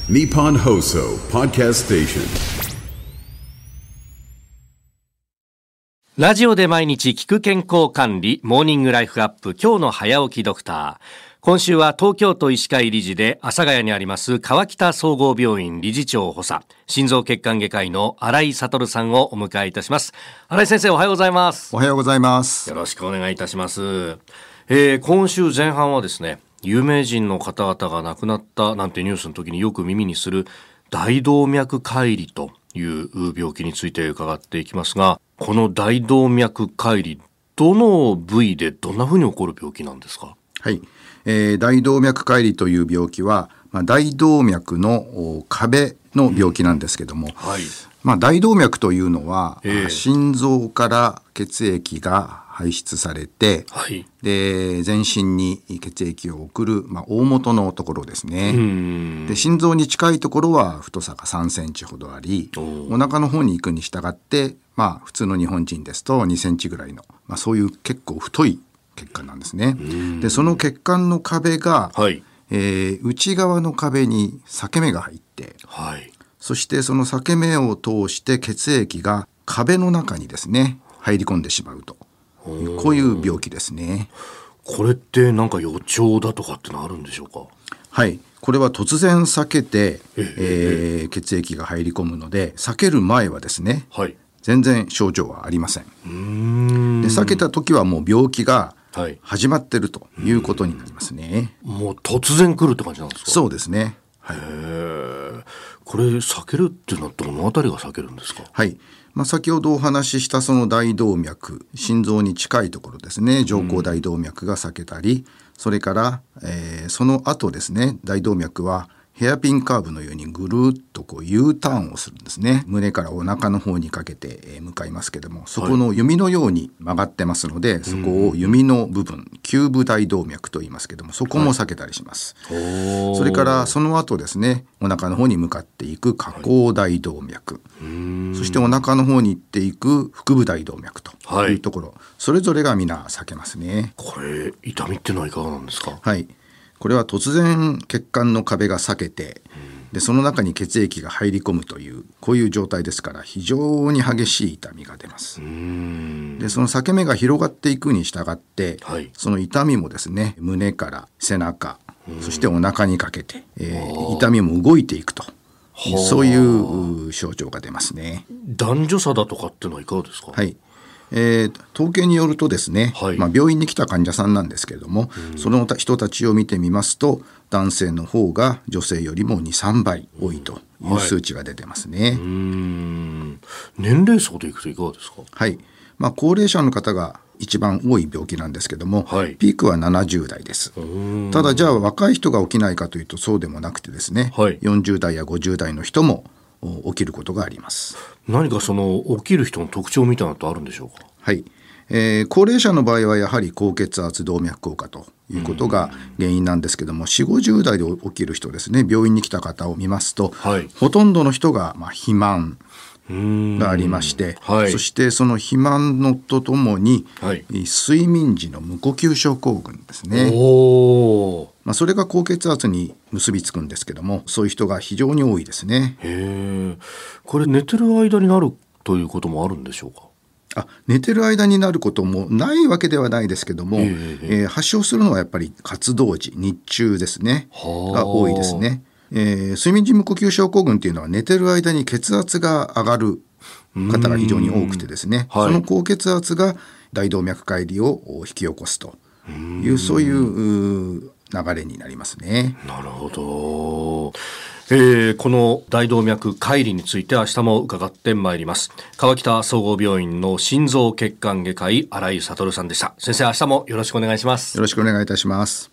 Nippon Hoso Podcast Station。 ラジオで毎日聞く健康管理モーニングライフアップ、今日の早起きドクター。今週は東京都医師会理事で阿佐ヶ谷にあります川北総合病院理事長補佐、心臓血管外科医の新井悟さんをお迎えいたします。新井先生、おはようございます。 おはようございます。 よろしくお願いいたします。今週前半はですね、有名人の方々が亡くなったなんてニュースの時によく耳にする大動脈解離という病気について伺っていきますが、この大動脈解離、どの部位でどんな風に起こる病気なんですか？ はい、大動脈解離という病気は、大動脈の壁の病気なんですけども、 はい、 大動脈というのは、心臓から血液が排出されて、 はい、 で全身に血液を送る、大元のところですね。で心臓に近いところは太さが3センチほどあり、お腹の方に行くに従って、普通の日本人ですと2センチぐらいの、そういう結構太い血管なんですね。でその血管の壁が、はい、内側の壁に裂け目が入って、はい、そしてその裂け目を通して血液が壁の中にですね入り込んでしまうと、こういう病気ですね。 これってなんか予兆だとかってのあるんでしょうか？ はい、これは突然裂けて、血液が入り込むので、裂ける前はですね、はい、全然症状はありません。で裂けた時はもう病気が始まってるということになりますね。 もう突然来るって感じなんですか？ そうですね。はい、 これ避けるっていうのはどのあたりが避けるんですか？ はい、先ほどお話ししたその大動脈、心臓に近いところですね、上行大動脈が裂けたり、それから、その後ですね、大動脈はヘアピンカーブのようにぐるっとU ターンをするんですね。胸からお腹の方にかけて向かいますけども、そこの弓のように曲がってますので、そこを弓の部分、弓部大動脈と言いますけども、そこも避けたりします。それからその後ですね、お腹の方に向かっていく下行大動脈、そしてお腹の方に行っていく腹部大動脈というところ、それぞれが皆避けますね。 これ痛みってのはいかがなんですか？ はい、これは突然血管の壁が裂けて、でその中に血液が入り込むというこういう状態ですから、非常に激しい痛みが出ます。でその裂け目が広がっていくに従って、はい、その痛みもですね、胸から背中、そしてお腹にかけて、痛みも動いていくと、そういう症状が出ますね。 男女差だとかってのはいかがですか？ はい、統計によるとですね、はい、病院に来た患者さんなんですけれども、その人たちを見てみますと、男性の方が女性よりも 2,3 倍多いという数値が出てますね。 年齢層でいくといかがですか？ はい、高齢者の方が一番多い病気なんですけども、はい、ピークは70代です。ただじゃあ若い人が起きないかというとそうでもなくてですね、はい、40代や50代の人も起きることがあります。 何かその起きる人の特徴みたいなのってあるんでしょうか？ はい、高齢者の場合はやはり高血圧動脈硬化ということが原因なんですけども、40、50代で起きる人ですね、病院に来た方を見ますと、はい、ほとんどの人が肥満がありまして、はい、そしてその肥満のとともに、はい、睡眠時の無呼吸症候群ですね。それが高血圧に結びつくんですけども、そういう人が非常に多いですね。 これ寝てる間になるということもあるんでしょうか？ 寝てる間になることもないわけではないですけども、発症するのはやっぱり活動時、日中ですねが多いですね。睡眠時無呼吸症候群というのは寝てる間に血圧が上がる方が非常に多くてですね、その高血圧が大動脈解離を引き起こすという、そういう流れになりますね。 なるほど。この大動脈解離について明日も伺ってまいります。川北総合病院の心臓血管外科医新井悟さんでした。先生、明日もよろしくお願いします。 よろしくお願いいたします。